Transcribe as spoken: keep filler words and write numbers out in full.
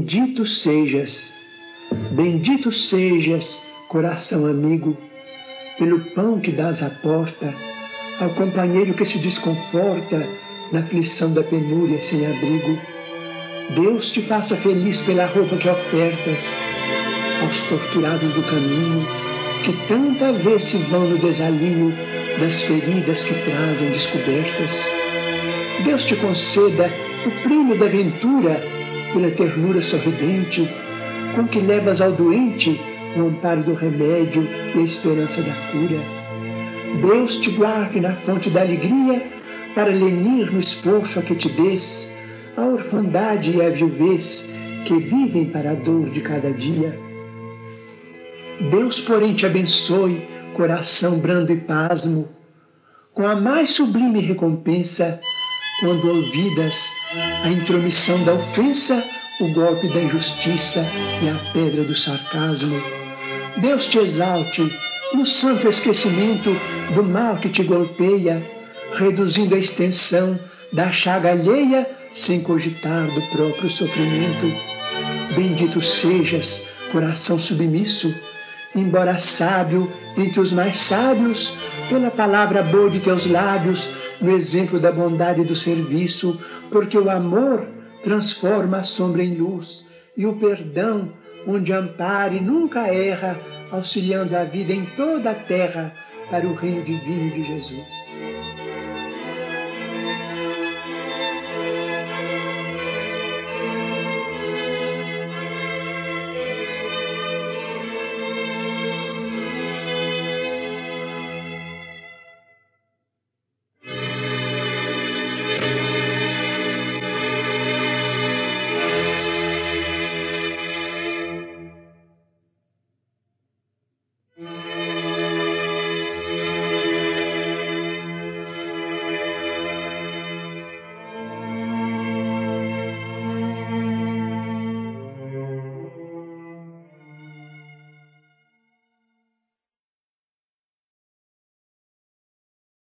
Bendito sejas, bendito sejas, coração amigo, pelo pão que dás à porta, ao companheiro que se desconforta na aflição da penúria sem abrigo. Deus te faça feliz pela roupa que ofertas aos torturados do caminho, que tanta vez se vão no desalinho das feridas que trazem descobertas. Deus te conceda o prêmio da ventura pela ternura sorridente com que levas ao doente o amparo do remédio e a esperança da cura. Deus te guarde na fonte da alegria para lenir no esforço a que te des a orfandade e a viuvez que vivem para a dor de cada dia. Deus, porém, te abençoe, coração brando e pasmo, com a mais sublime recompensa, quando ouvidas a intromissão da ofensa, o golpe da injustiça e a pedra do sarcasmo. Deus te exalte no santo esquecimento do mal que te golpeia, reduzindo a extensão da chaga alheia sem cogitar do próprio sofrimento. Bendito sejas, coração submisso, embora sábio entre os mais sábios, pela palavra boa de teus lábios, no exemplo da bondade e do serviço, porque o amor transforma a sombra em luz e o perdão, onde ampare, nunca erra, auxiliando a vida em toda a terra para o reino divino de Jesus.